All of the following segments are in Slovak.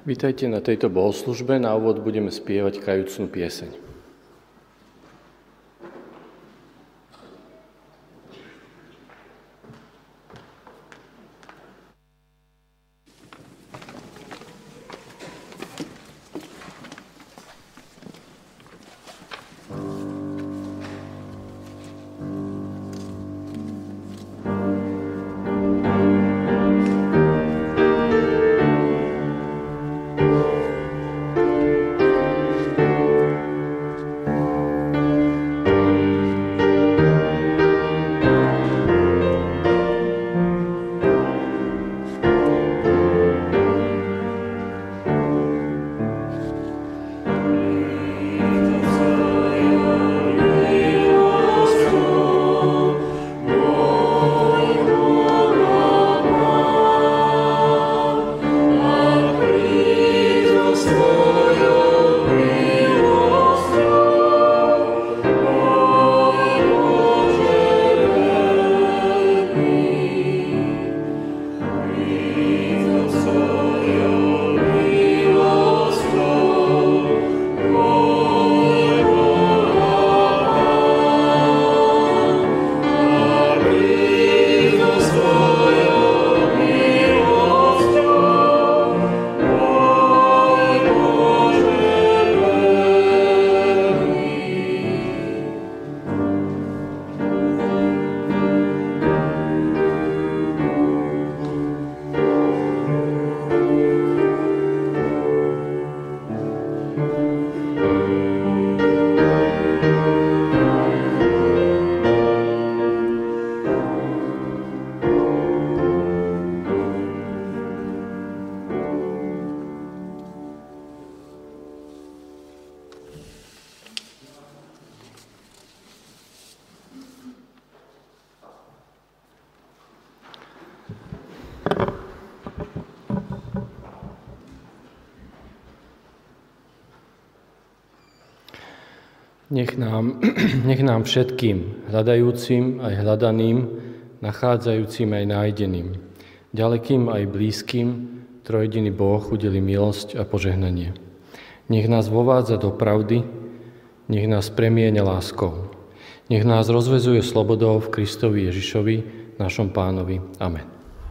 Vítajte na tejto bohoslužbe. Na úvod budeme spievať kajúcnu pieseň. Nech nám všetkým, hľadajúcim aj hľadaným, nachádzajúcim aj nájdeným, ďalekým aj blízkym, trojjediný Boh udeli milosť a požehnanie. Nech nás vovádza do pravdy, nech nás premieňa láskou. Nech nás rozvezuje slobodou v Kristovi Ježišovi, našom Pánovi. Amen.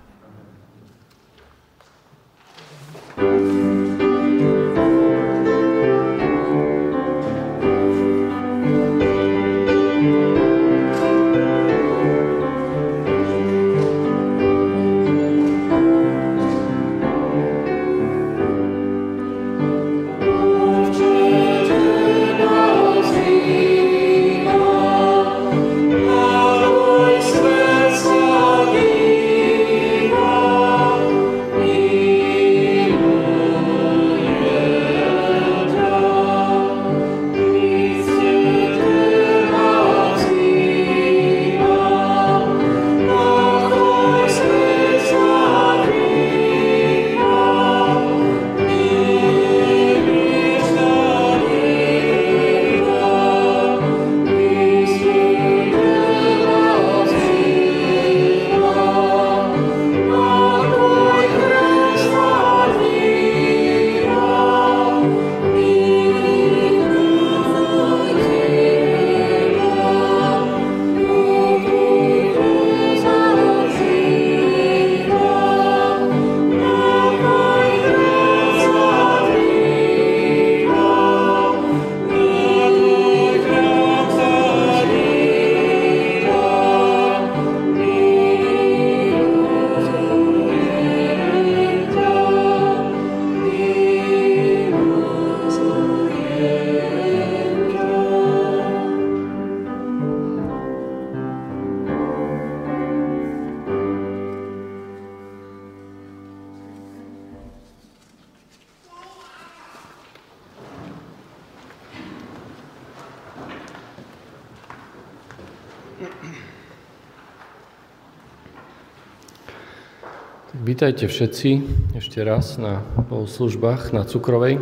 Vítajte všetci ešte raz na službách na Cukrovej.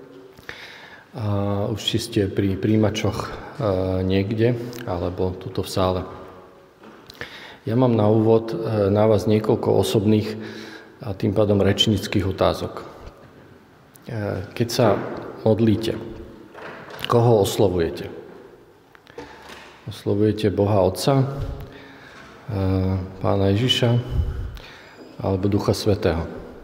Už či ste pri príjimačoch niekde, alebo tuto v sále. Ja mám na úvod na vás niekoľko osobných a tým pádom rečníckych otázok. keď sa modlíte, koho oslovujete? Oslovujete Boha Otca, Pána Ježiša alebo Ducha Svätého?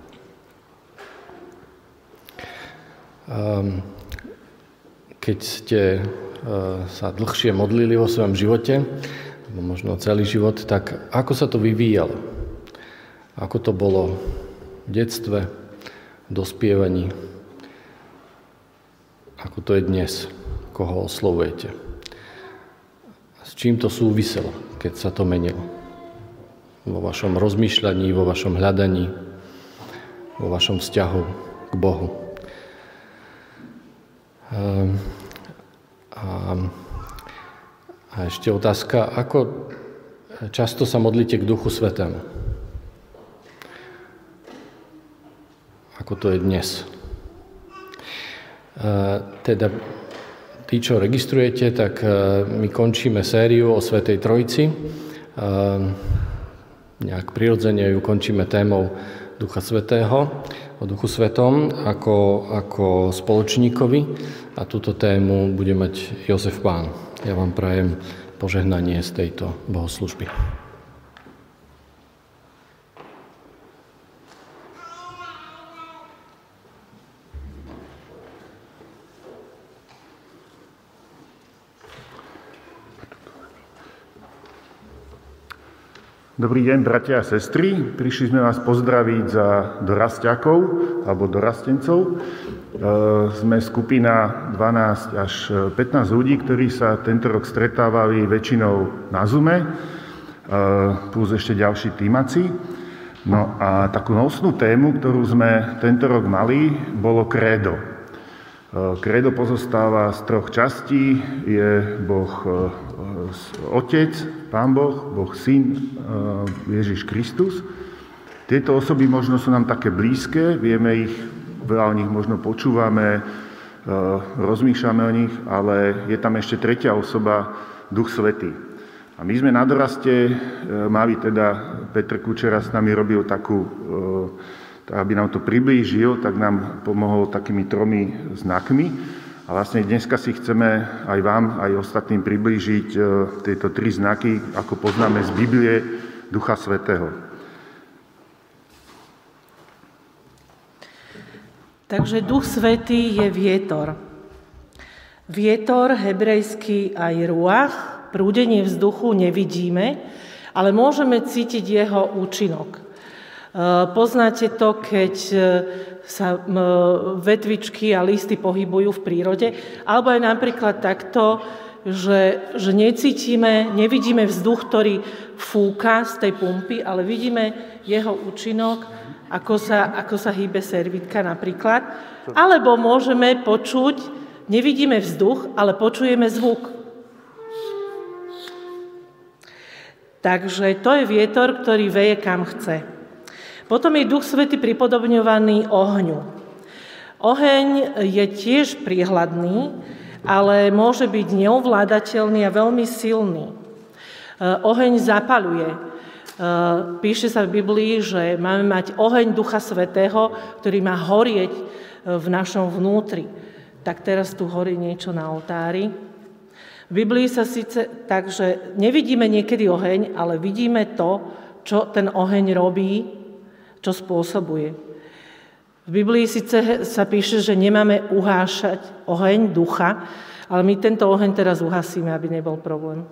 Keď ste sa dlhšie modlili vo svojom živote, alebo možno celý život, tak ako sa to vyvíjalo? Ako to bolo v detstve, v dospievaní? Ako to je dnes? Koho oslovujete? S čím to súviselo, keď sa to menilo? Vo vašom rozmýšľaní, vo vašom hľadaní, vo vašom vzťahu k Bohu. A ešte otázka, ako často sa modlíte k Duchu Svätému? Ako to je dnes? Teda tí, čo registrujete, tak my končíme sériu o Svätej Trojici. Nejak prirodzene ju končíme témou Ducha Svätého, o Duchu Svätom ako spoločníkovi a túto tému bude mať Jozef Pán. Ja vám prajem požehnanie z tejto bohoslužby. Dobrý deň, bratia a sestry. Prišli sme vás pozdraviť za dorasťakov alebo dorastencov. Sme skupina 12 až 15 ľudí, ktorí sa tento rok stretávali väčšinou na Zoome, plus ešte ďalší tímaci. No a takú nosnú tému, ktorú sme tento rok mali, bolo krédo. Krédo pozostáva z 3 častí. Je Boh Otec, Pán Boh, Boh Syn, Ježiš Kristus. Tieto osoby možno sú nám také blízke, vieme ich, veľa o nich možno počúvame, rozmýšľame o nich, ale je tam ešte tretia osoba, Duch Svätý. A my sme na doraste mali teda, Petr Kučera s nami robil takú, aby nám to priblížil, tak nám pomohol takými 3 znakmi. A vlastne dneska si chceme aj vám, aj ostatným priblížiť tieto 3 znaky, ako poznáme z Biblie, Ducha Svätého. Takže Duch Svätý je vietor. Vietor, hebrejský aj ruach, prúdenie vzduchu nevidíme, ale môžeme cítiť jeho účinok. Poznáte to, keď sa vetvičky a listy pohybujú v prírode, alebo aj napríklad takto, že necítime, nevidíme vzduch, ktorý fúka z tej pumpy, ale vidíme jeho účinok, ako sa hýbe servítka napríklad. Alebo môžeme počuť, nevidíme vzduch, ale počujeme zvuk. Takže to je vietor, ktorý veje kam chce. Potom je Duch Svätý pripodobňovaný ohňu. Oheň je tiež priehľadný, ale môže byť neovládateľný a veľmi silný. Oheň zapaľuje. Píše sa v Biblii, že máme mať oheň Ducha Svätého, ktorý má horieť v našom vnútri. Tak teraz tu horí niečo na oltári. V Biblii sa síce tak, že nevidíme niekedy oheň, ale vidíme to, čo ten oheň robí, čo spôsobuje. V Biblii síce sa píše, že nemáme uhášať oheň ducha, ale my tento oheň teraz uhasíme, aby nebol problém.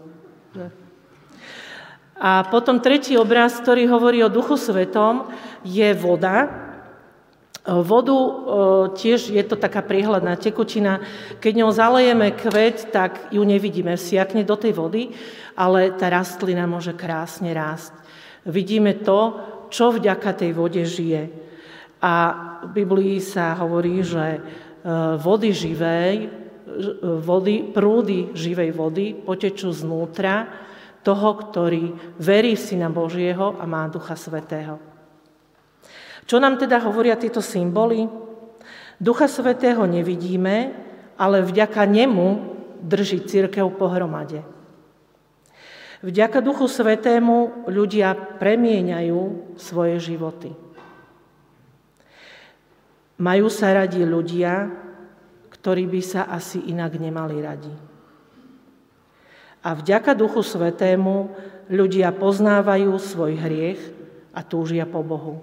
A potom tretí obraz, ktorý hovorí o Duchu Svätom, je voda. Vodu tiež je to taká priehľadná tekutina. Keď ňou zalejeme kvet, tak ju nevidíme, vsiakne do tej vody, ale tá rastlina môže krásne rásť. Vidíme to, čo vďaka tej vode žije. A v Biblii sa hovorí, že prúdy živej vody potečú znútra toho, ktorý verí v Syna Božieho a má Ducha Svätého. Čo nám teda hovoria tieto symboly? Ducha Svätého nevidíme, ale vďaka nemu drží cirkev pohromade. Vďaka Duchu Svätému ľudia premieňajú svoje životy. Majú sa radi ľudia, ktorí by sa asi inak nemali radi. A vďaka Duchu Svätému ľudia poznávajú svoj hriech a túžia po Bohu.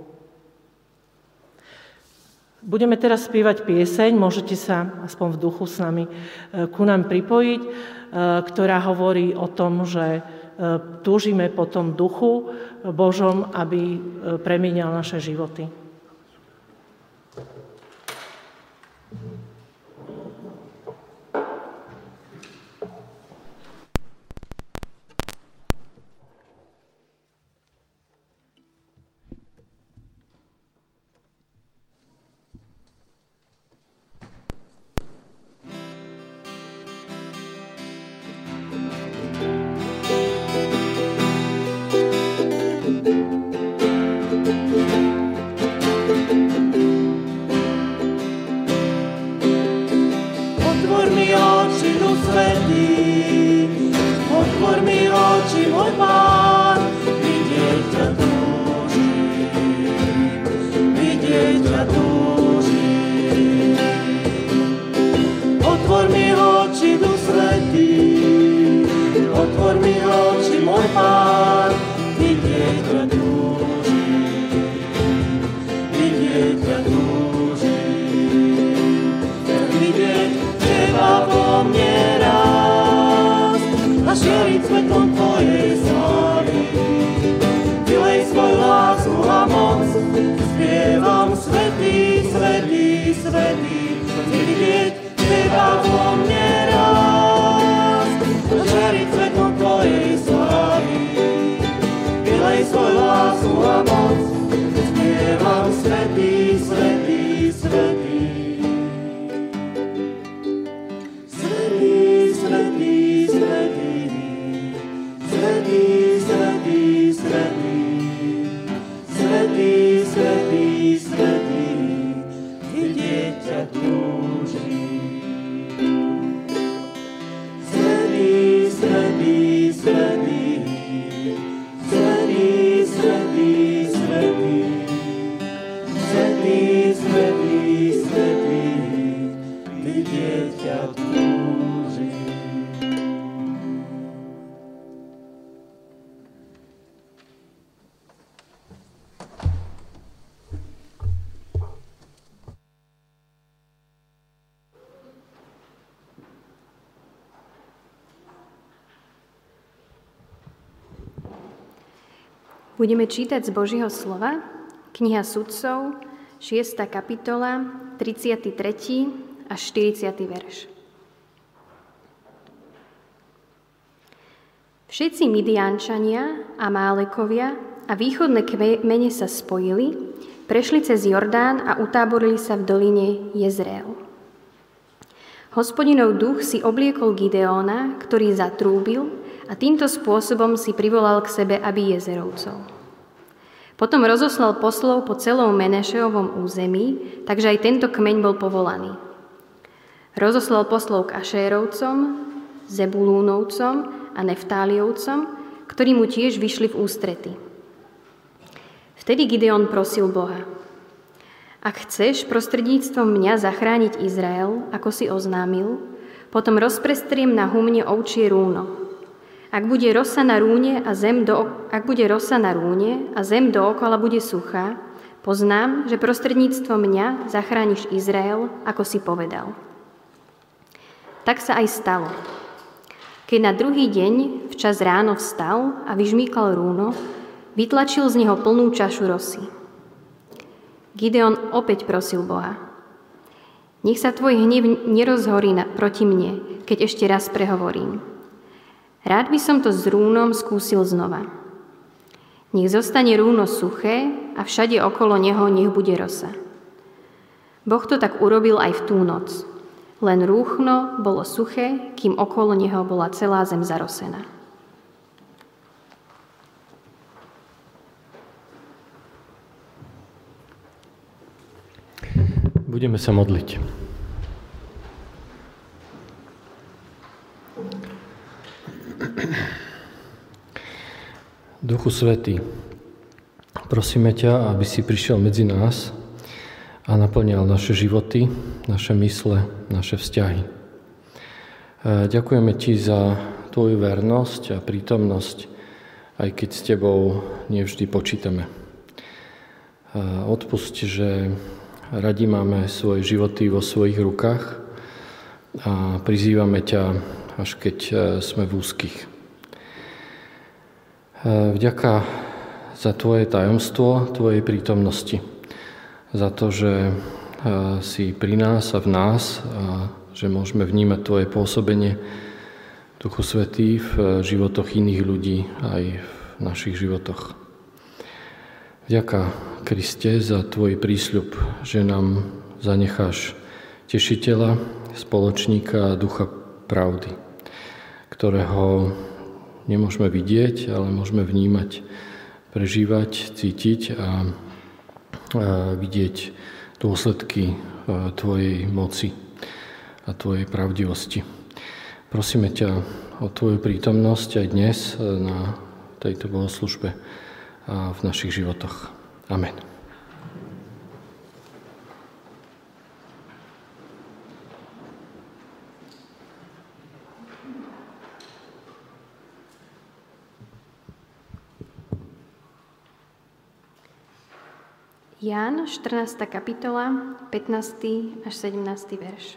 Budeme teraz spievať pieseň, môžete sa aspoň v duchu s nami ku nám pripojiť, ktorá hovorí o tom, že túžime po tom Duchu Božom, aby premienial naše životy. Budeme čítať z Božieho slova, kniha Sudcov, 6. kapitola, 33. až 40. verš. Všetci Midiančania a Málekovia a východné kmene sa spojili, prešli cez Jordán a utáborili sa v doline Jezreel. Hospodinov duch si obliekol Gideóna, ktorý zatrúbil, a týmto spôsobom si privolal k sebe Abiezerovcov. Potom rozoslal poslov po celom Menešeovom území, takže aj tento kmeň bol povolaný. Rozoslal poslov k Ašérovcom, Zebulúnovcom a Neftáliovcom, ktorí mu tiež vyšli v ústrety. Vtedy Gideon prosil Boha: Ak chceš prostredníctvom mňa zachrániť Izrael, ako si oznámil, potom rozprestriem na humne ovčie rúno. Ak bude rosa na rúne a zem dookola bude suchá, poznám, že prostredníctvom mňa zachrániš Izrael, ako si povedal. Tak sa aj stalo. Keď na druhý deň včas ráno vstal a vyžmýkal rúno, vytlačil z neho plnú čašu rosy. Gideon opäť prosil Boha: Nech sa tvoj hnev nerozhorí proti mne, keď ešte raz prehovorím. Rád by som to s rúnom skúsil znova. Nech zostane rúno suché a všade okolo neho nech bude rosa. Boh to tak urobil aj v tú noc. Len rúchno bolo suché, kým okolo neho bola celá zem zarosená. Budeme sa modliť. Duchu Svätý, prosíme ťa, aby si prišiel medzi nás a naplňal naše životy, naše mysle, naše vzťahy. Ďakujeme Ti za Tvoju vernosť a prítomnosť, aj keď s Tebou nevždy počítame. Odpusť, že radi máme svoje životy vo svojich rukách a prizývame ťa, až keď sme v úzkých. Vďaka za Tvoje tajomstvo, Tvojej prítomnosti. Za to, že si pri nás a v nás a že môžeme vnímať Tvoje pôsobenie Duchu Svätý v životoch iných ľudí aj v našich životoch. Vďaka Kriste za Tvoj prísľub, že nám zanecháš Tešiteľa, spoločníka a Ducha pravdy, ktorého nemôžeme vidieť, ale môžeme vnímať, prežívať, cítiť a vidieť dôsledky Tvojej moci a Tvojej pravdivosti. Prosíme ťa o Tvoju prítomnosť aj dnes na tejto bohoslužbe a v našich životoch. Amen. Ján, 14. kapitola, 15. až 17. verš.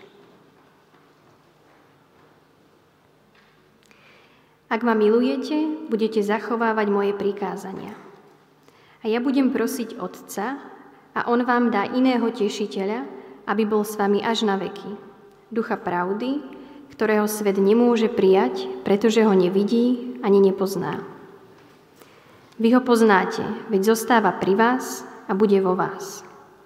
Ak ma milujete, budete zachovávať moje prikázania. A ja budem prosiť Otca, a on vám dá iného Tešiteľa, aby bol s vami až na veky. Ducha pravdy, ktorého svet nemôže prijať, pretože ho nevidí ani nepozná. Vy ho poznáte, veď zostáva pri vás a bude vo vás.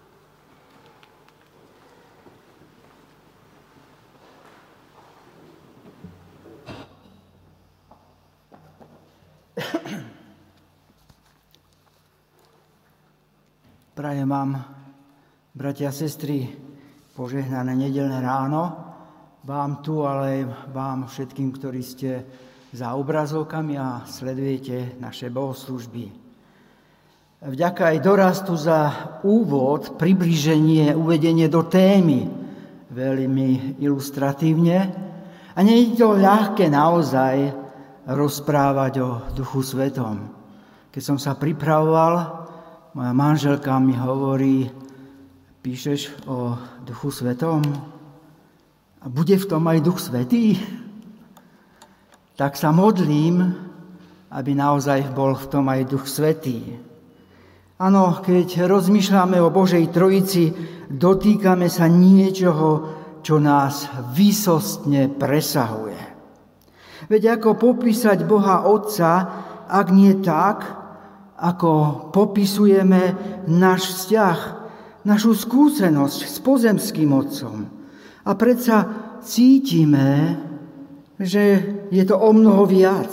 Prajem vám, bratia a sestry, požehnané nedeľné ráno. Vám tu, ale aj vám všetkým, ktorí ste za obrazovkami a sledujete naše bohoslúžby. Vďaka aj dorastu za úvod, priblíženie, uvedenie do témy veľmi ilustratívne. A nie je to ľahké naozaj rozprávať o Duchu Svetom. Keď som sa pripravoval, moja manželka mi hovorí, píšeš o Duchu Svetom? A bude v tom aj Duch Svätý? Tak sa modlím, aby naozaj bol v tom aj Duch Svätý. Áno, keď rozmýšľame o Božej Trojici, dotýkame sa niečoho, čo nás výsostne presahuje. Veď ako popísať Boha Otca, ak nie tak, ako popisujeme náš vzťah, našu skúsenosť s pozemským Otcom. A predsa cítime, že je to o mnoho viac.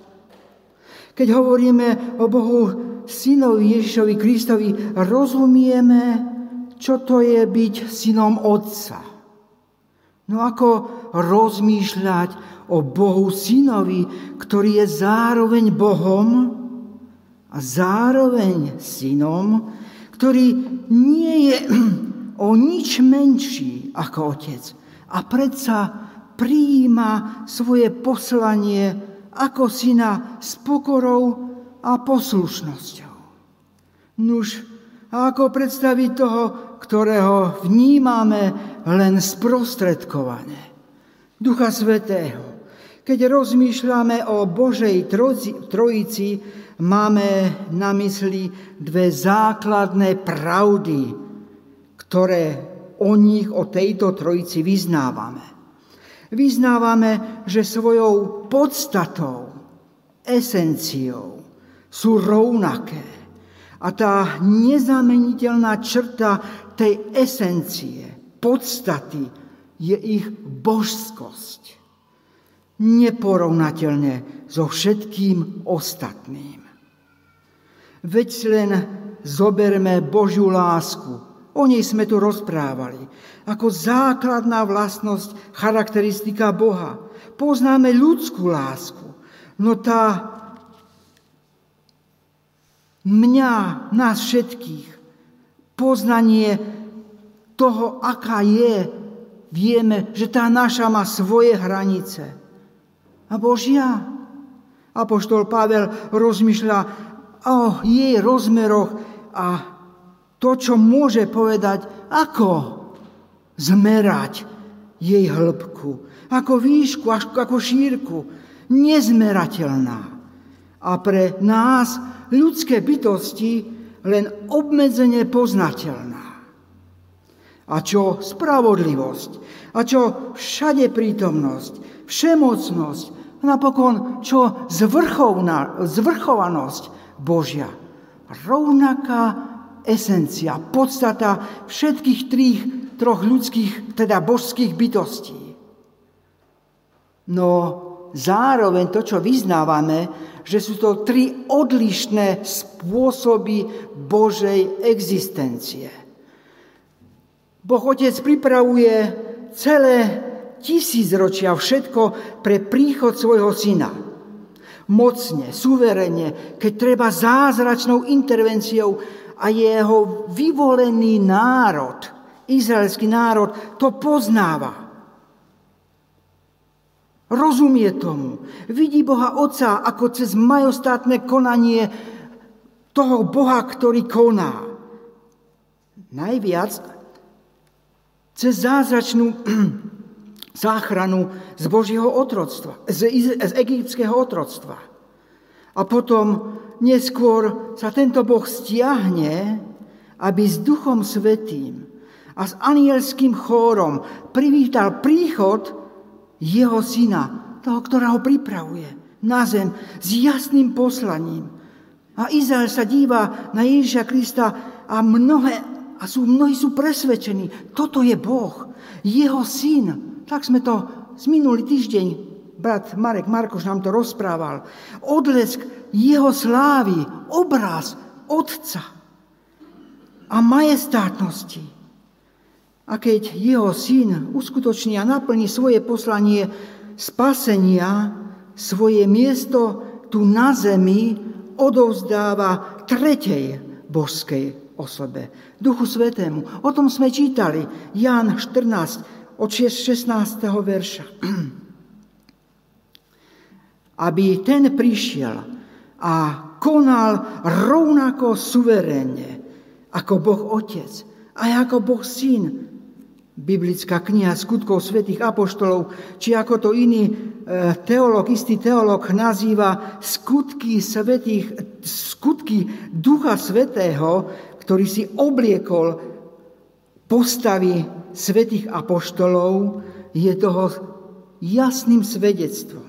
Keď hovoríme o Bohu Synovi Ježišovi Kristovi, rozumieme, čo to je byť synom Otca. No ako rozmýšľať o Bohu Synovi, ktorý je zároveň Bohom a zároveň Synom, ktorý nie je o nič menší ako Otec a predsa prijíma svoje poslanie ako Syna s pokorou a poslušnosťou. Nuž, a ako predstaviť toho, ktorého vnímame len sprostredkovane? Ducha Svätého. Keď rozmýšľame o Božej Trojici, máme na mysli dve základné pravdy, ktoré o tejto Trojici vyznávame. Vyznávame, že svojou podstatou, esenciou sú rovnaké. A tá nezameniteľná črta tej esencie, podstaty, je ich božskosť. Neporovnateľne so všetkým ostatným. Veď len zoberme Božiu lásku. O nej sme tu rozprávali. Ako základná vlastnosť, charakteristika Boha. Poznáme ľudskú lásku. No tá nás všetkých, poznanie toho, aká je, vieme, že tá naša má svoje hranice. A Božia? Apoštol Pavel rozmýšľa o jej rozmeroch a to, čo môže povedať, ako zmerať jej hĺbku, ako výšku, ako šírku, nezmerateľná. A pre nás, ľudské bytosti, len obmedzene poznateľná. A čo spravodlivosť, a čo všade prítomnosť, všemocnosť, a napokon čo zvrchovanosť Božia. Rovnaká esencia, podstata všetkých troch ľudských, teda božských bytostí. No zároveň to, čo vyznávame, že sú to tri odlišné spôsoby Božej existencie. Boh Otec pripravuje celé tisícročia všetko pre príchod svojho syna. Mocne, suverene, keď treba zázračnou intervenciou a jeho vyvolený národ, izraelský národ, to poznáva. Rozumie tomu. Vidí Boha Otca ako cez majestátne konanie toho Boha, ktorý koná. Najviac cez zázračnú záchranu z Božieho otroctva, z egyptského otroctva. A potom neskôr sa tento Boh stiahne, aby s Duchom Svätým a s anielským chórom privítal príchod jeho syna, toho, ktorého pripravuje na zem s jasným poslaním. A Izrael sa díva na Ježiša Krista a mnohí sú presvedčení, toto je Boh, jeho syn. Tak sme to z minulý týždeň, brat Marek Markoš nám to rozprával. Odlesk jeho slávy, obraz Otca a majestátnosti. A keď jeho syn uskutoční a naplní svoje poslanie spasenia, svoje miesto tu na zemi odovzdáva tretej božskej osobe, Duchu Svätému. O tom sme čítali, Ján 14, od 16. verša. Aby ten prišiel a konal rovnako suverénne ako Boh Otec a ako Boh Syn. Biblická kniha Skutkov svätých apoštolov, či ako to iný istý teológ nazýva skutky Ducha Svätého, ktorý si obliekol postavy svätých apoštolov, je toho jasným svedectvom.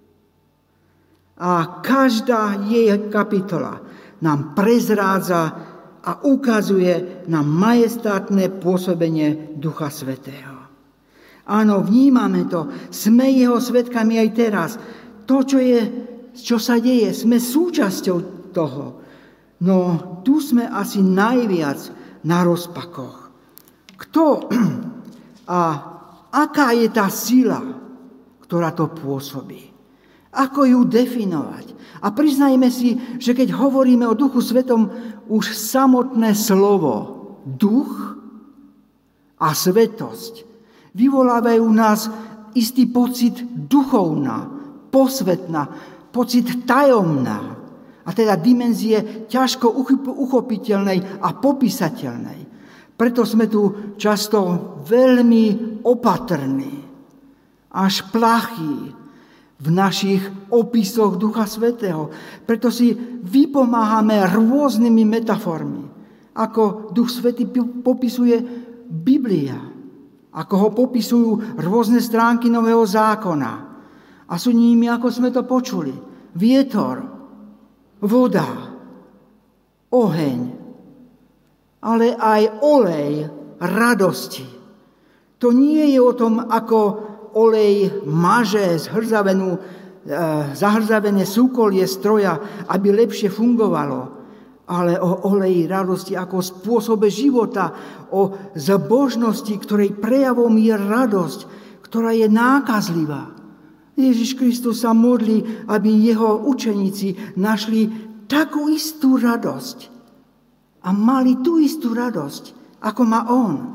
A každá jej kapitola nám prezrádza a ukazuje na majestátne pôsobenie Ducha Svätého. Áno, vnímame to, sme jeho svedkami aj teraz. To, čo sa deje, sme súčasťou toho. No tu sme asi najviac na rozpakoch. Kto a aká je tá sila, ktorá to pôsobí? Ako ju definovať? A priznajme si, že keď hovoríme o Duchu Svätom, už samotné slovo duch a svetosť vyvolávajú nás istý pocit duchovná, posvetná, pocit tajomná, a teda dimenzie ťažko uchopiteľnej a popísateľnej. Preto sme tu často veľmi opatrní, až plachí v našich opisoch Ducha Svätého. Preto si vypomáhame rôznymi metaformi, ako Duch Svätý popisuje Biblia, ako ho popisujú rôzne stránky Nového zákona. A sú nimi, ako sme to počuli, vietor, voda, oheň, ale aj olej radosti. To nie je o tom, ako olej maže zahrzavené súkolie stroja, aby lepšie fungovalo, ale o oleji radosti ako spôsobe života, o zbožnosti, ktorej prejavom je radosť, ktorá je nákazlivá. Ježiš Kristus sa modlí, aby jeho učeníci našli takú istú radosť a mali tú istú radosť, ako má on.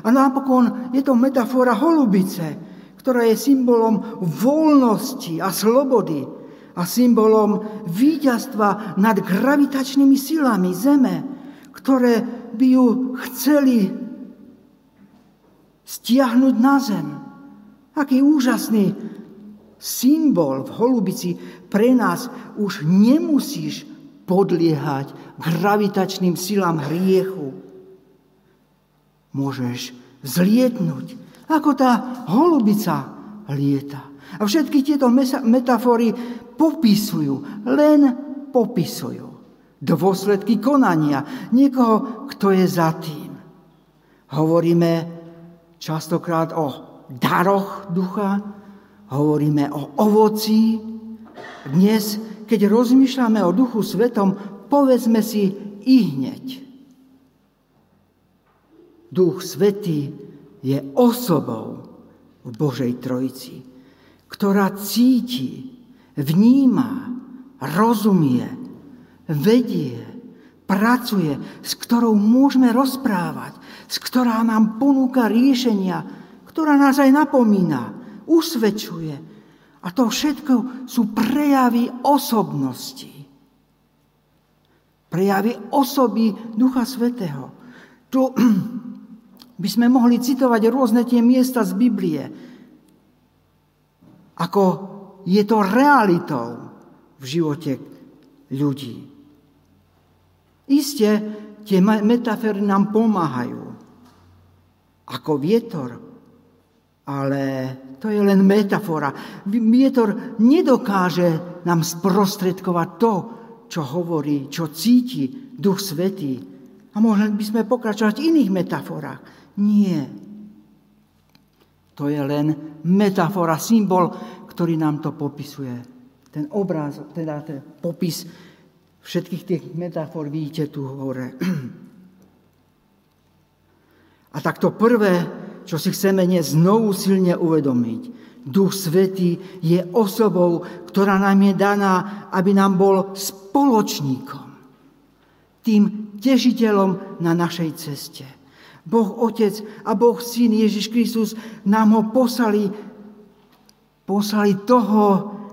A napokon je to metafora holubice, ktorá je symbolom voľnosti a slobody a symbolom víťazstva nad gravitačnými silami Zeme, ktoré by ju chceli stiahnuť na zem. Aký úžasný symbol v holubici. Pre nás už nemusíš podliehať gravitačným silám hriechu. Môžeš vzlietnúť, ako tá holubica lieta. A všetky tieto metafory len popisujú dôsledky konania niekoho, kto je za tým. Hovoríme častokrát o daroch ducha, hovoríme o ovocí. Dnes, keď rozmýšľame o Duchu Svetom, povedzme si ihneď. Duch Svätý je osobou v Božej Trojici, ktorá cíti, vníma, rozumie, vedie, pracuje, s ktorou môžeme rozprávať, s ktorá nám ponúka riešenia, ktorá nás aj napomína, usvedčuje. A to všetko sú prejavy osobnosti. Prejavy osoby Ducha Svätého. Tu by sme mohli citovať rôzne tie miesta z Biblie, ako je to realitou v živote ľudí. Isté, tie metafory nám pomáhajú ako vietor, ale to je len metafora. Vietor nedokáže nám sprostredkovať to, čo hovorí, čo cíti Duch Svätý. A mohli by sme pokračovať v iných metaforách. Nie. To je len metafora, symbol, ktorý nám to popisuje. Ten obraz, teda ten popis všetkých tých metafor vidíte tu hore. A tak to prvé, čo si chceme dnes znovu silne uvedomiť. Duch Svätý je osobou, ktorá nám je daná, aby nám bol spoločníkom. Tým tešiteľom na našej ceste. Boh Otec a Boh Syn Ježiš Kristus nám ho poslali toho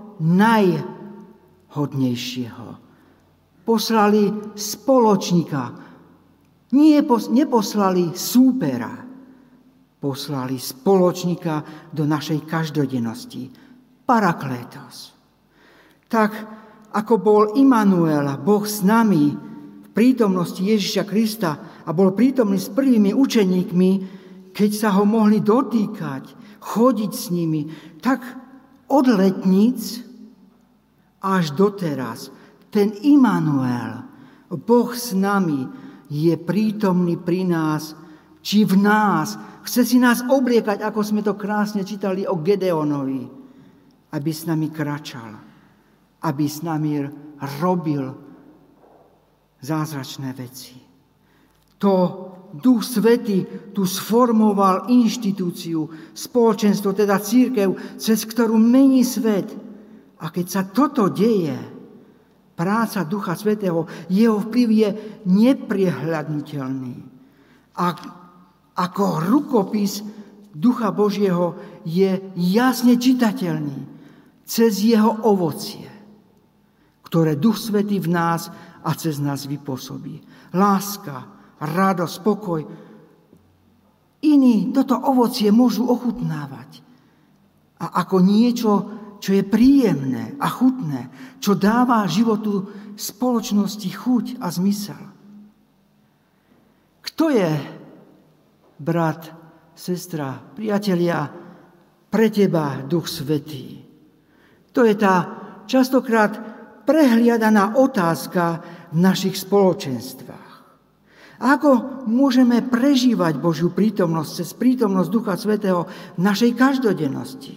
najhodnejšieho. Poslali spoločníka. Neposlali súpera. Poslali spoločníka do našej každodennosti. Paraklétos. Tak, ako bol Immanuel, Boh s nami, v prítomnosti Ježiša Krista a bol prítomný s prvými učeníkmi, keď sa ho mohli dotýkať, chodiť s nimi, tak od letníc až doteraz ten Immanuel, Boh s nami, je prítomný pri nás, či v nás, chce si nás obliekať, ako sme to krásne čítali o Gedeonovi, aby s nami kračal, aby s nami robil zázračné veci. To Duch Svätý tu sformoval inštitúciu, spoločenstvo, teda cirkev, cez ktorú mení svet. A keď sa toto deje, práca Ducha Svätého, jeho vplyv je neprehľadnutelný. A ako rukopis Ducha Božieho je jasne čitateľný cez jeho ovocie, ktoré Duch Svätý v nás a cez nás vypôsobí. Láska, radosť, spokoj. Iní toto ovocie môžu ochutnávať. A ako niečo, čo je príjemné a chutné, čo dáva životu spoločnosti chuť a zmysel. Kto je, brat, sestra, priatelia, pre teba Duch Svätý? To je tá častokrát prehliadaná otázka v našich spoločenstvách. Ako môžeme prežívať Božiu prítomnosť cez prítomnosť Ducha Svätého v našej každodennosti?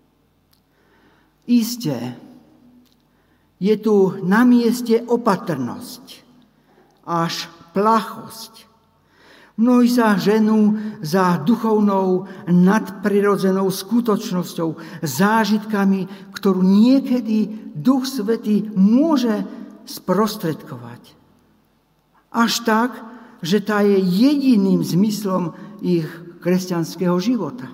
Isté, je tu na mieste opatrnosť, až plachosť. Mnohí sa ženú za duchovnou nadprirodzenou skutočnosťou, zážitkami, ktorú niekedy Duch Svätý môže sprostredkovať. Až tak, že tá je jediným zmyslom ich kresťanského života.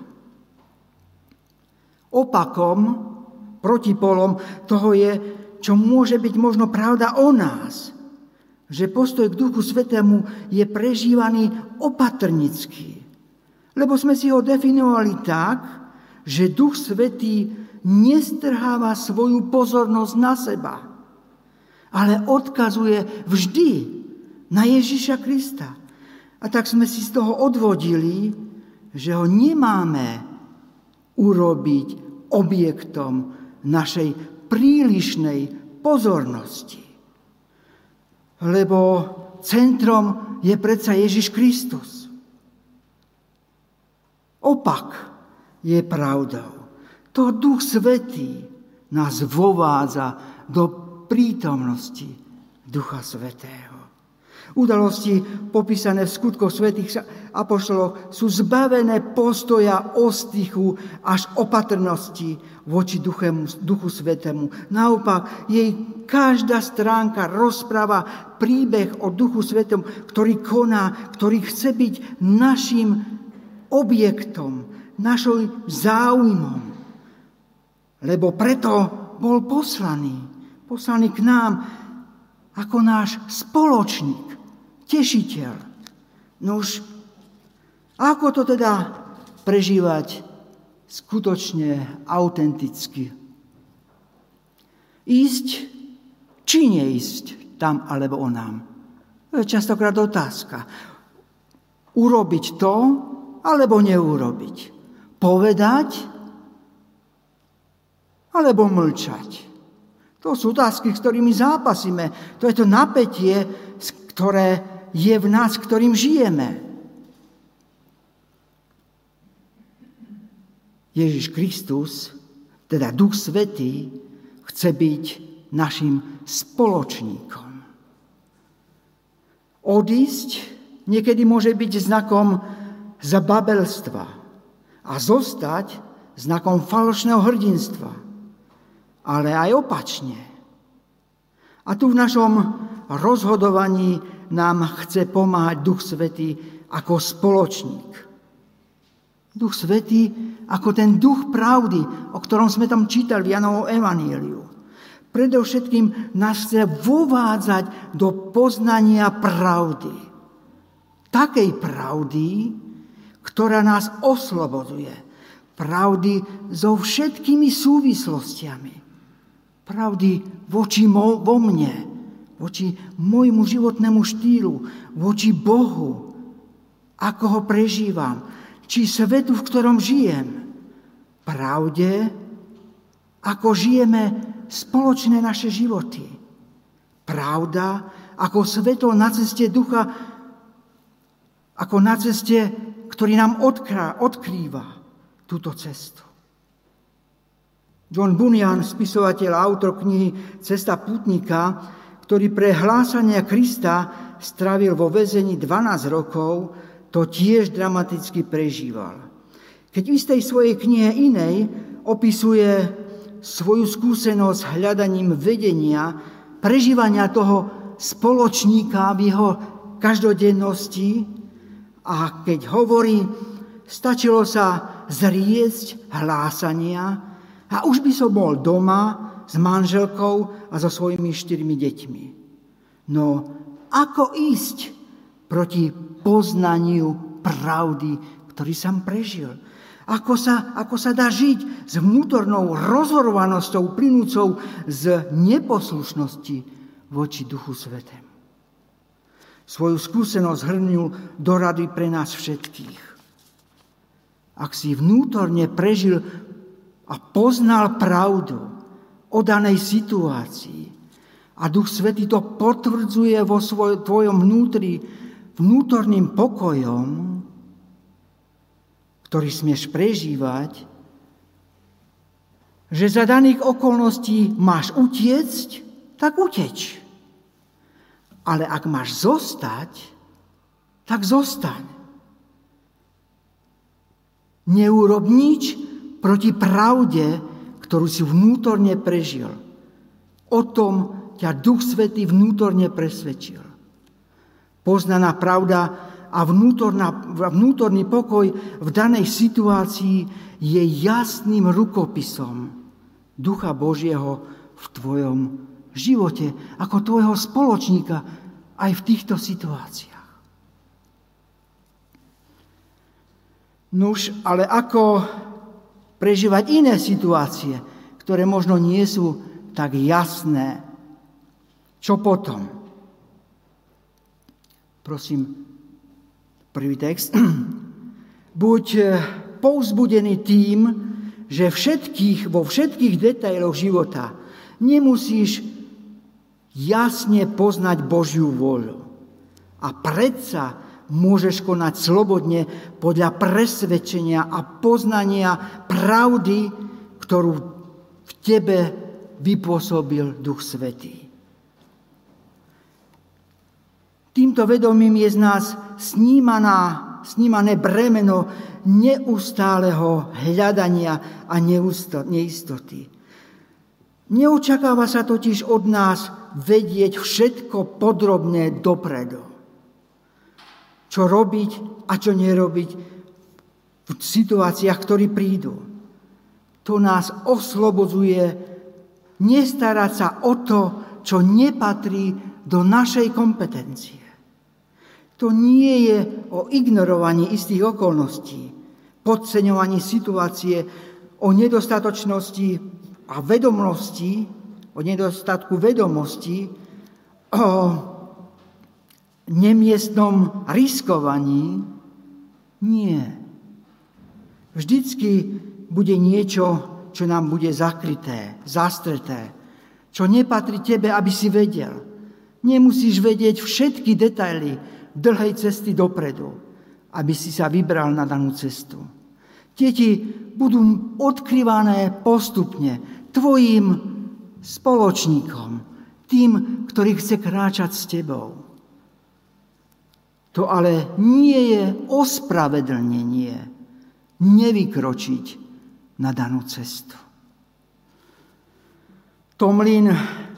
Opakom, protipolom toho je, čo môže byť možno pravda o nás, že postoj k Duchu Svätému je prežívaný opatrnicky, lebo sme si ho definovali tak, že Duch Svätý nestrháva svoju pozornosť na seba, ale odkazuje vždy na Ježiša Krista. A tak sme si z toho odvodili, že ho nemáme urobiť objektom našej prílišnej pozornosti. Lebo centrom je predsa Ježiš Kristus. Opak je pravdou. To Duch Svätý nás vovádza do prítomnosti Ducha Svätého. Udalosti popísané v skutkoch svätých apoštolov sú zbavené postoja ostychu až opatrnosti voči Duchu Svätému. Naopak, jej každá stránka rozpráva príbeh o Duchu Svätom, ktorý koná, ktorý chce byť našim objektom, našim záujmom. Lebo preto bol poslaný k nám ako náš spoločník, tešiteľ. Nož, ako to teda prežívať skutočne autenticky? Ísť či neísť tam alebo onám? To je častokrát otázka. Urobiť to alebo neurobiť? Povedať alebo mlčať? To sú otázky, s ktorými zápasíme. To je to napätie, ktoré je v nás, ktorým žijeme. Ježiš Kristus, teda Duch Svätý, chce byť našim spoločníkom. Odísť niekedy môže byť znakom zababelstva a zostať znakom falošného hrdinstva, ale aj opačne. A tu v našom rozhodovaní nám chce pomáhať Duch Svätý ako spoločník. Duch Svätý ako ten duch pravdy, o ktorom sme tam čítali v Jánovom evanjeliu. Predovšetkým nás chce vovádzať do poznania pravdy. Takej pravdy, ktorá nás oslobodzuje. Pravdy so všetkými súvislostiami. Pravdy voči vo mne, voči môjmu životnému štýlu, voči Bohu, ako ho prežívam, či svetu, v ktorom žijem. Pravde, ako žijeme spoločné naše životy. Pravda, ako svetlo na ceste ducha, ako na ceste, ktorý nám odkrýva túto cestu. John Bunyan, spisovateľ a autor knihy Cesta pútnika, ktorý pre hlásanie Krista strávil vo väzení 12 rokov, to tiež dramaticky prežíval. Keď v istej svojej knihe inej opisuje svoju skúsenosť hľadaním vedenia, prežívania toho spoločníka v jeho každodennosti, a keď hovorí, stačilo sa zriecť hlásania a už by som bol doma s manželkou a so svojimi 4 deťmi. No, ako ísť proti poznaniu pravdy, ktorý som prežil? Ako sa dá žiť s vnútornou rozhorovanosťou plynúcou z neposlušnosti voči Duchu Svätému? Svoju skúsenosť zhrnul do rady pre nás všetkých. Ak si vnútorne prežil a poznal pravdu o danej situácii a Duch Svätý to potvrdzuje vo tvojom vnútri vnútorným pokojom, ktorý smieš prežívať, že za daných okolností máš utiecť, tak uteč. Ale ak máš zostať, tak zostaň. Neurob nič proti pravde, ktorú si vnútorne prežil. O tom ťa Duch Svätý vnútorne presvedčil. Poznaná pravda a vnútorný pokoj v danej situácii je jasným rukopisom Ducha Božieho v tvojom živote, ako tvojho spoločníka aj v týchto situáciách. Nuž, ale ako prežívať iné situácie, ktoré možno nie sú tak jasné? Čo potom? Prosím, prvý text. Buď povzbudený tým, že vo všetkých detailoch života nemusíš jasne poznať Božiu voľu. A predsa môžeš konať slobodne podľa presvedčenia a poznania pravdy, ktorú v tebe vypôsobil Duch Svätý. Týmto vedomím je z nás snímané bremeno neustáleho hľadania a neistoty. Neočakáva sa totiž od nás vedieť všetko podrobne dopredu. Čo robiť a čo nerobiť v situáciách, ktoré prídu. To nás oslobodzuje nestarať sa o to, čo nepatrí do našej kompetencie. To nie je o ignorovaní istých okolností, podceňovaní situácie, o nedostatočnosti a vedomosti, o nedostatku vedomosti, o nemiestnom riskovaní. Nie. Vždycky bude niečo, čo nám bude zakryté, zastreté, čo nepatrí tebe, aby si vedel. Nemusíš vedieť všetky detaily dlhej cesty dopredu, aby si sa vybral na danú cestu. Tie ti budú odkryvané postupne tvojim spoločníkom, tým, ktorý chce kráčať s tebou. To ale nie je ospravedlnenie nevykročiť na danú cestu. Tomlin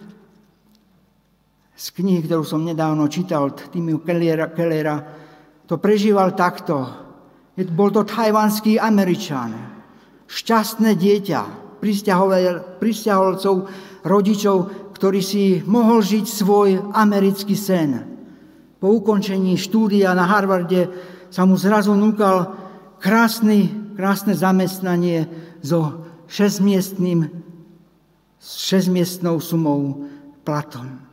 z knihy, ktorú som nedávno čítal od Timiho Kellera, to prežíval takto. Bol to tajvanský Američan, šťastné dieťa, prisťahovalcov, rodičov, ktorý si mohol žiť svoj americký sen. Po ukončení štúdia na Harvarde sa mu zrazu núkal krásne zamestnanie so 6-miestnou sumou platom.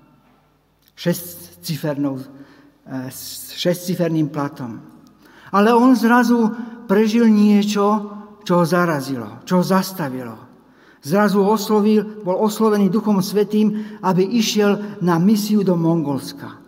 6-ciferným platom. Ale on zrazu prežil niečo, čo ho zarazilo, čo ho zastavilo. Zrazu bol oslovený Duchom Svätým, aby išiel na misiu do Mongolska.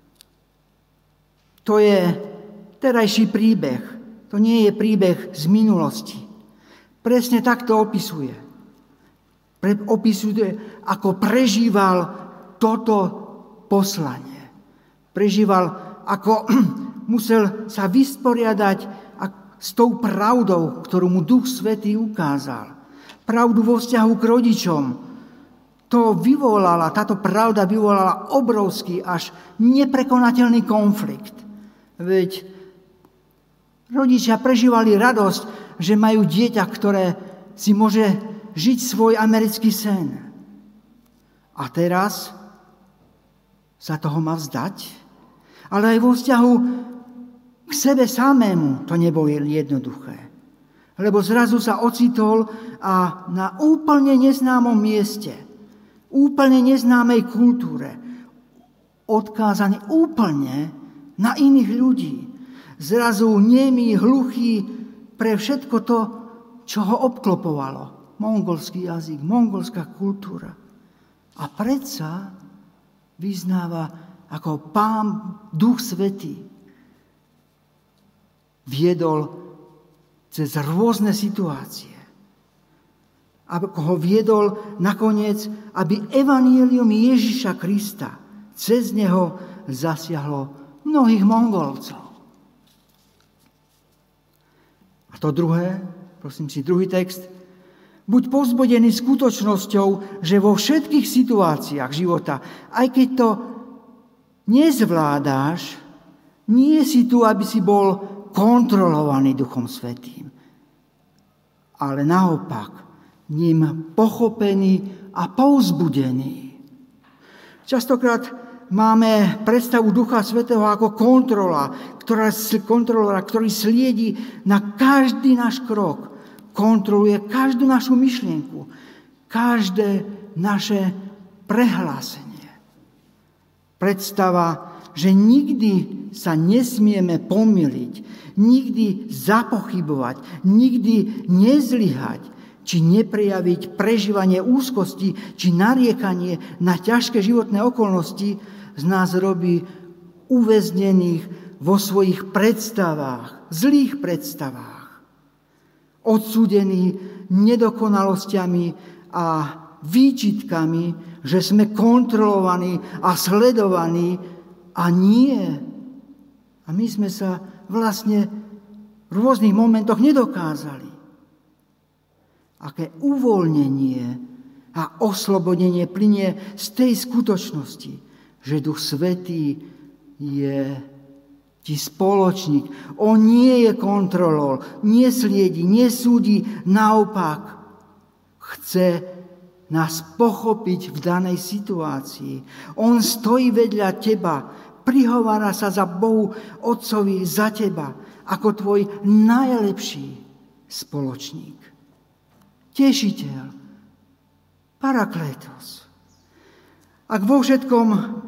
To je terajší príbeh. To nie je príbeh z minulosti. Presne tak to opisuje. Opisuje, ako prežíval toto poslanie. Prežíval, ako musel sa vysporiadať s tou pravdou, ktorú mu Duch Svätý ukázal. Pravdu vo vzťahu k rodičom. Táto pravda vyvolala obrovský až neprekonateľný konflikt. Veď rodičia prežívali radosť, že majú dieťa, ktoré si môže žiť svoj americký sen. A teraz sa toho má vzdať? Ale aj vo vzťahu k sebe samému to nebolo jednoduché. Lebo zrazu sa ocitol a na úplne neznámom mieste, úplne neznámej kultúre, odkázaný úplne na iných ľudí. Zrazu nemý, hluchý pre všetko to, čo ho obklopovalo. Mongolský jazyk, mongolská kultúra. A predsa vyznáva, ako Pán Duch Svätý viedol cez rôzne situácie. Ako ho viedol nakoniec, aby evanjelium Ježiša Krista cez neho zasiahlo mnohých Mongolcov. A to druhé, prosím si, druhý text. Buď povzbudený skutočnosťou, že vo všetkých situáciách života, aj keď to nezvládáš, Nie si tu, aby si bol kontrolovaný Duchom Svätým, ale naopak ním pochopený a povzbudený. Častokrát máme predstavu Ducha Svätého ako kontrolora, ktorý sliedi na každý náš krok, kontroluje každú našu myšlienku, každé naše prehlásenie. Predstava, že nikdy sa nesmieme pomýliť, nikdy zapochybovať, nikdy nezlyhať, či neprejaviť prežívanie úzkosti, či nariekanie na ťažké životné okolnosti, z nás robí uväznených vo svojich predstavách, zlých predstavách, odsúdení nedokonalosťami a výčitkami, že sme kontrolovaní a sledovaní a nie. A my sme sa vlastne v rôznych momentoch nedokázali. Aké uvoľnenie a oslobodenie plynie z tej skutočnosti, že Duch Svätý je ti spoločník. On nie je kontrolor, nesliedi, nesúdi, naopak chce nás pochopiť v danej situácii. On stojí vedľa teba, prihovára sa za Bohu Otcovi za teba ako tvoj najlepší spoločník. Tešiteľ, Paraklétos. Ak vo všetkom,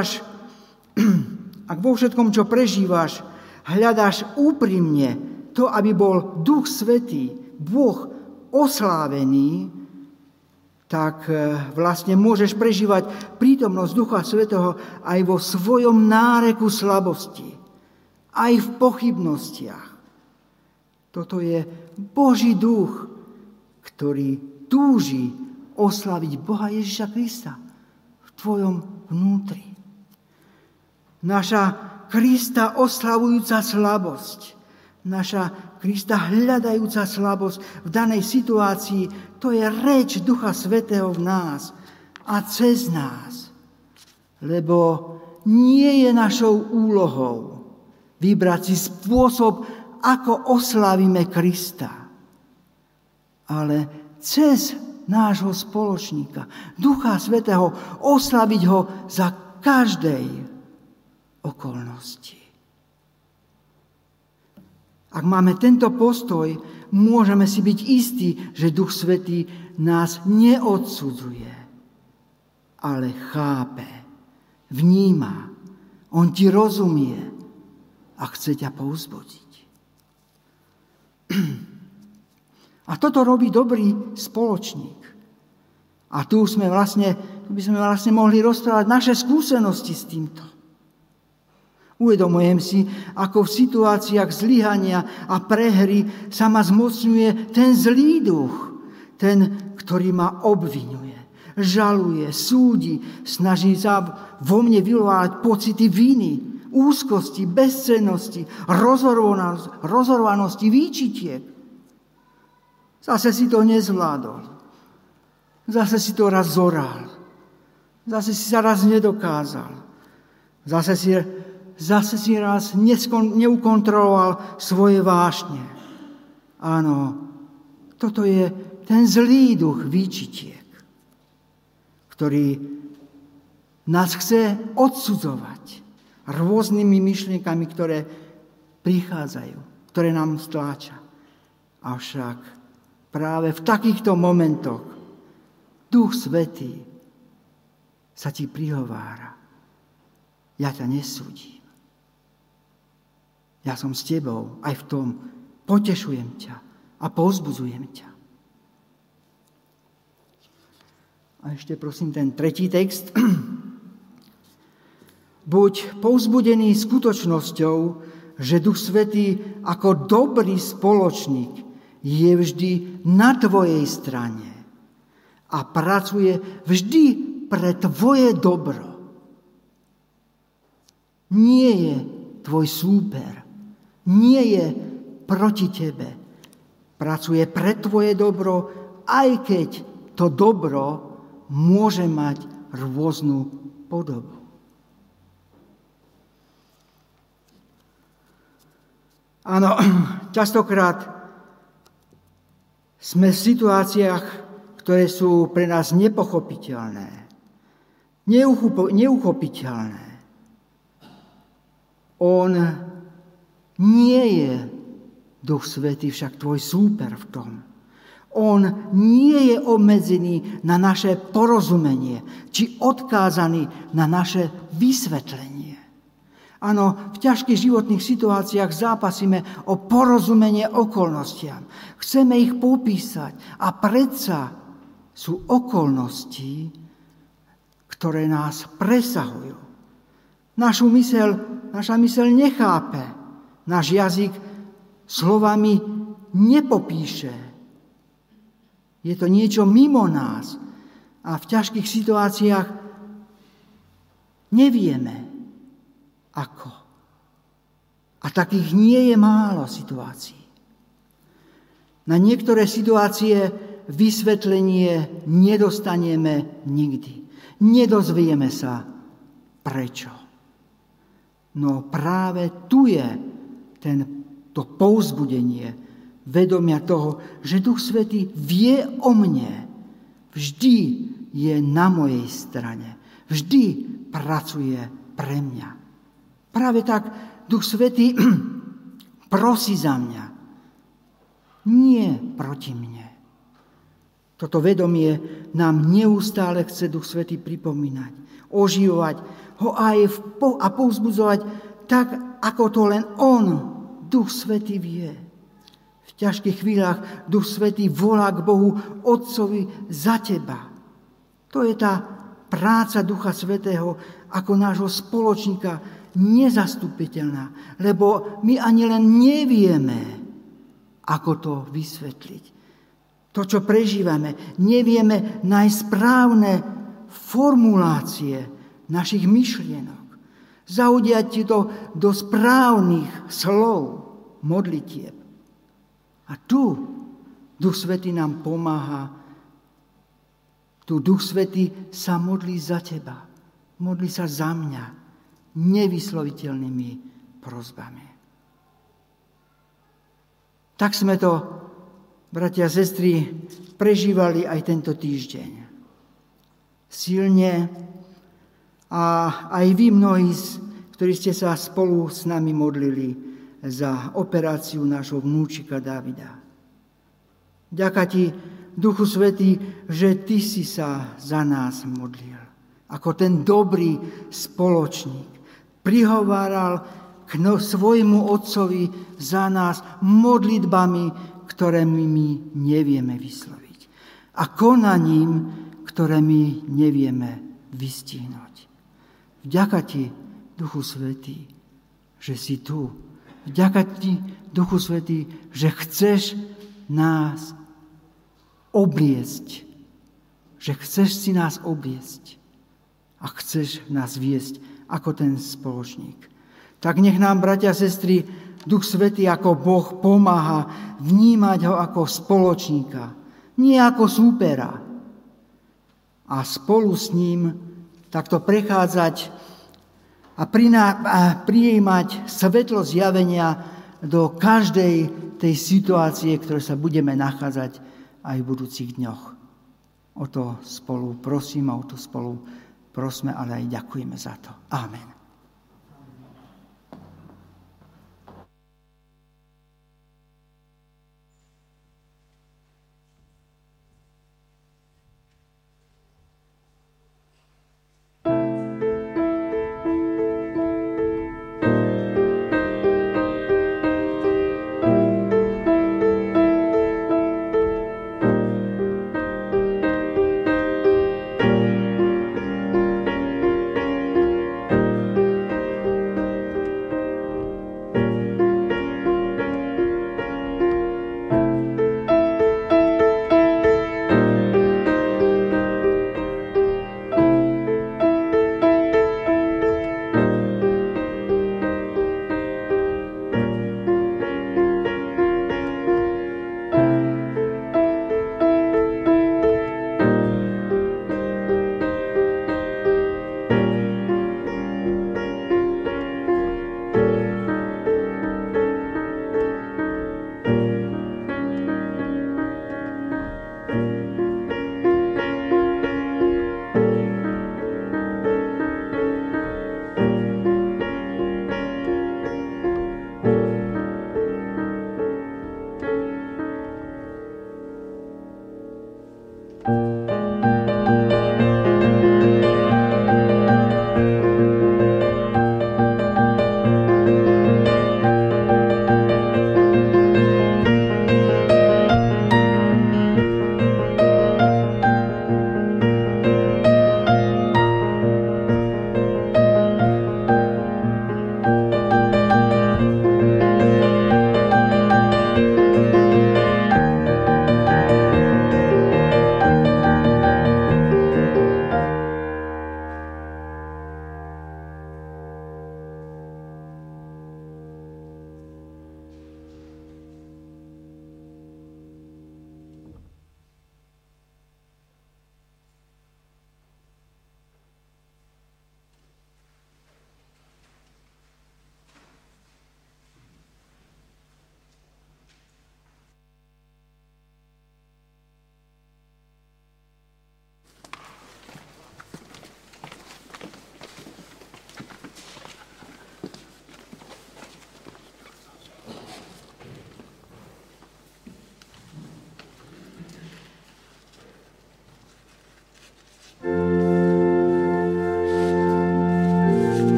čo prežívaš, hľadáš úprimne to, aby bol Duch Svätý, Boh oslávený, tak vlastne môžeš prežívať prítomnosť Ducha Svätého aj vo svojom náreku slabosti, aj v pochybnostiach. Toto je Boží duch, ktorý túži oslaviť Boha Ježiša Krista v tvojom vnútri. Naša Krista oslavujúca slabosť, naša Krista hľadajúca slabosť v danej situácii, to je reč Ducha Svätého v nás a cez nás. Lebo nie je našou úlohou vybrať si spôsob, ako oslavíme Krista, ale cez nášho spoločníka, Ducha Svätého, oslaviť ho za každej okolnosti. Ak máme tento postoj, môžeme si byť istí, že Duch Svätý nás neodsudzuje, ale chápe, vníma, on ti rozumie a chce ťa povzbudiť. A toto robí dobrý spoločník. A tu by sme vlastne mohli rozprávať naše skúsenosti s týmto. Uvedomujem si, ako v situáciách zlyhania a prehry sa ma zmocňuje ten zlý duch, ten, ktorý ma obviňuje, žaluje, súdi, snaží sa vo mne vyvolávať pocity viny, úzkosti, bezcennosti, rozorvanosti, výčitiek. Zase si to nezvládol. Zase si to raz zoral. Zase si sa raz nedokázal. Zase si raz neukontroloval svoje vášne. Áno, toto je ten zlý duch výčitiek, ktorý nás chce odsudzovať rôznymi myšlienkami, ktoré prichádzajú, ktoré nám stláča. Avšak práve v takýchto momentoch Duch Svätý sa ti prihovára. Ja ťa nesúdim. Ja som s tebou aj v tom, potešujem ťa a povzbudzujem ťa. A ešte prosím ten tretí text. Buď povzbudený skutočnosťou, že Duch Svätý ako dobrý spoločník je vždy na tvojej strane a pracuje vždy pre tvoje dobro. Nie je tvoj súper, nie je proti tebe. Pracuje pre tvoje dobro, aj keď to dobro môže mať rôznu podobu. Áno, častokrát sme v situáciách, ktoré sú pre nás nepochopiteľné, neuchopiteľné. On nie je, Duch Svätý, však tvoj súper v tom. On nie je obmedzený na naše porozumenie, či odkázaný na naše vysvetlenie. Áno, v ťažkých životných situáciách zápasíme o porozumenie okolnostiam. Chceme ich popísať a predsa sú okolnosti, ktoré nás presahujú. Naša myseľ nechápe, náš jazyk slovami nepopíše. Je to niečo mimo nás a v ťažkých situáciách nevieme, ako. A takých nie je málo situácií. Na niektoré situácie vysvetlenie nedostaneme nikdy. Nedozvieme sa prečo. No práve tu je to povzbudenie vedomia toho, že Duch Svätý vie o mne. Vždy je na mojej strane. Vždy pracuje pre mňa. Práve tak Duch Svätý prosí za mňa. Nie proti mne. Toto vedomie nám neustále chce Duch Svätý pripomínať, oživovať ho aj a povzbudzovať tak, ako to len on, Duch Svätý, vie. V ťažkých chvíľach Duch Svätý volá k Bohu Otcovi za teba. To je tá práca Ducha Svätého ako nášho spoločníka nezastupiteľná, lebo my ani len nevieme, ako to vysvetliť. To, čo prežívame, nevieme nájsť správne formulácie našich myšlienok. Zaudiať to do správnych slov, modlitieb. A tu Duch Svätý nám pomáha. Tu Duch Svätý sa modlí za teba. Modlí sa za mňa nevysloviteľnými prosbami. Tak sme to, bratia a sestry, prežívali aj tento týždeň. Silne a aj vy mnohí, ktorí ste sa spolu s nami modlili za operáciu nášho vnúčika Davida. Ďaká ti, Duchu Svätý, že ty si sa za nás modlil. Ako ten dobrý spoločník. Prihováral k svojmu Otcovi za nás modlitbami, ktoré my nevieme vysloviť. A konaním, ktoré my nevieme vystihnúť. Vďaka ti, Duchu Svätý, že si tu. Vďaka ti, Duchu Svätý, že chceš nás obliecť. Že chceš si nás obliecť. A chceš nás viesť ako ten spoločník. Tak nech nám, bratia a sestry, Duch Svätý ako Boh pomáha vnímať ho ako spoločníka. Nie ako súpera. A spolu s ním takto prechádzať a prijímať svetlo zjavenia do každej tej situácie, ktoré sa budeme nachádzať aj v budúcich dňoch. O to spolu prosím a o to spolu prosme, ale aj ďakujeme za to. Amen.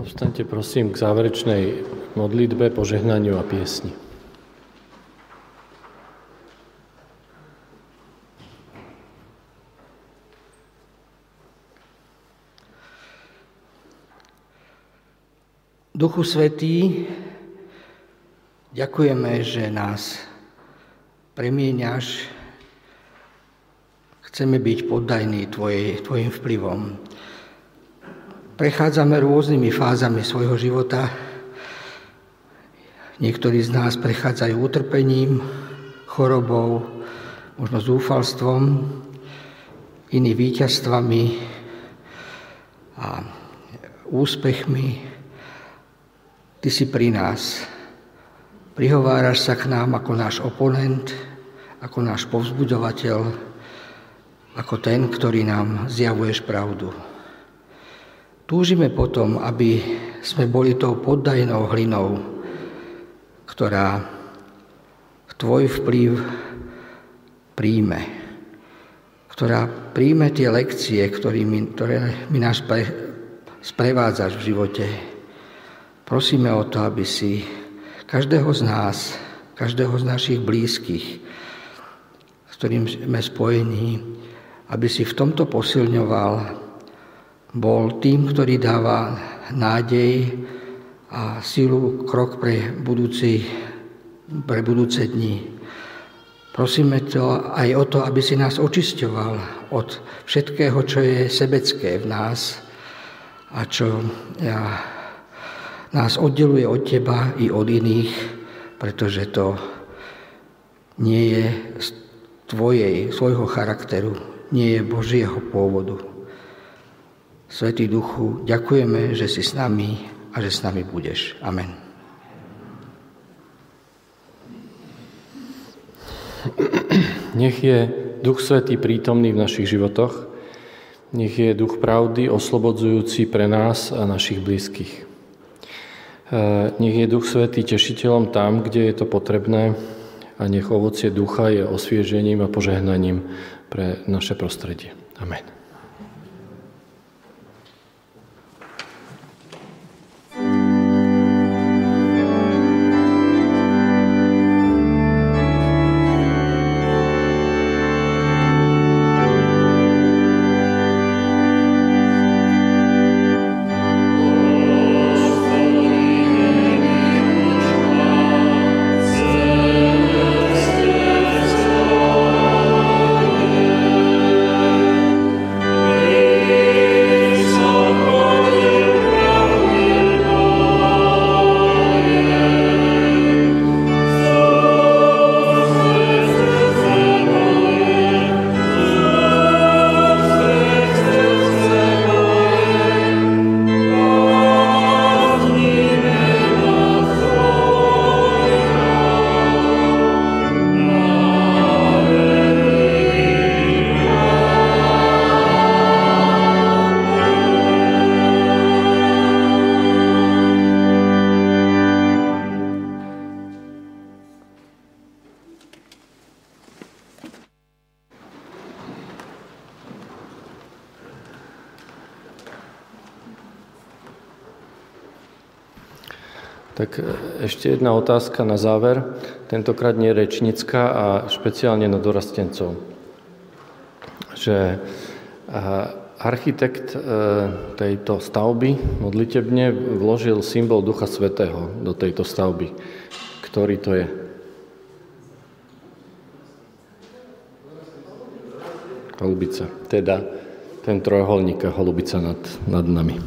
Povstaňte prosím k záverečnej modlitbe, požehnaniu a piesni. Duchu Svätý, ďakujeme, že nás premieňaš. Chceme byť poddajní tvojim vplyvom. Prechádzame rôznymi fázami svojho života. Niektorí z nás prechádzajú utrpením, chorobou, možno zúfalstvom, iní víťazstvami a úspechmi. Ty si pri nás. Prihováraš sa k nám ako náš oponent, ako náš povzbudovateľ, ako ten, ktorý nám zjavuješ pravdu. Túžime potom, aby sme boli tou poddajnou hlinou, ktorá tvoj vplyv príjme, ktorá príjme tie lekcie, ktoré mi nás sprevádzaš v živote. Prosíme o to, aby si každého z nás, každého z našich blízkych, s ktorým sme spojení, aby si v tomto posilňoval, bol tým, ktorý dáva nádej a silu, krok pre budúce dni. Prosíme to aj o to, aby si nás očisťoval od všetkého, čo je sebecké v nás a čo nás oddeluje od teba i od iných, pretože to nie je z svojho charakteru, nie je Božieho pôvodu. Svätý Duchu, ďakujeme, že si s nami a že s nami budeš. Amen. Nech je Duch Svätý prítomný v našich životoch. Nech je Duch pravdy oslobodzujúci pre nás a našich blízkych. Nech je Duch Svätý tešiteľom tam, kde je to potrebné, a nech ovocie ducha je osviežením a požehnaním pre naše prostredie. Amen. Tak ešte jedna otázka na záver, tentokrát nie rečnícka a špeciálne na dorastencov. Že architekt tejto stavby modlitebne vložil symbol Ducha Svätého do tejto stavby. Ktorý to je? Holubica. Teda ten trojuholník a holubica nad nami.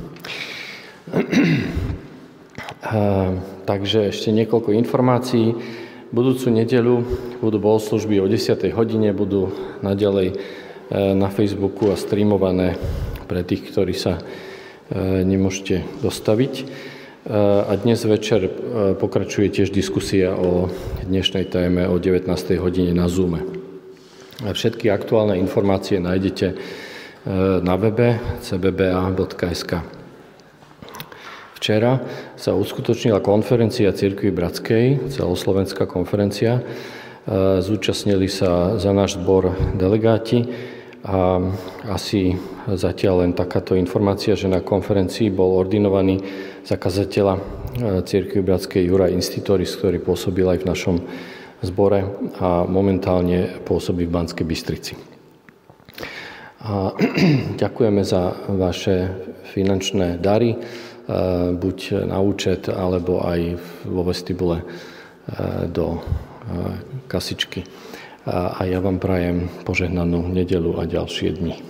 Takže ešte niekoľko informácií. Budúcu nedeľu budú bohoslužby o 10. hodine, budú naďalej na Facebooku a streamované pre tých, ktorí sa nemôžete dostaviť. A dnes večer pokračuje tiež diskusia o dnešnej téme o 19. hodine na Zoome. Všetky aktuálne informácie nájdete na webe cbba.sk. Včera sa uskutočnila konferencia Cirkvi Bratskej, celoslovenská konferencia. Zúčastnili sa za náš zbor delegáti a asi zatiaľ len takáto informácia, že na konferencii bol ordinovaný zakazateľa Cirkvi bratskej Juraj Institoris, ktorý pôsobil aj v našom zbore a momentálne pôsobí v Banskej Bystrici. A ďakujeme za vaše finančné dary, buď na účet, alebo aj vo vestibule do kasičky. A ja vám prajem požehnanú nedeľu a ďalšie dni.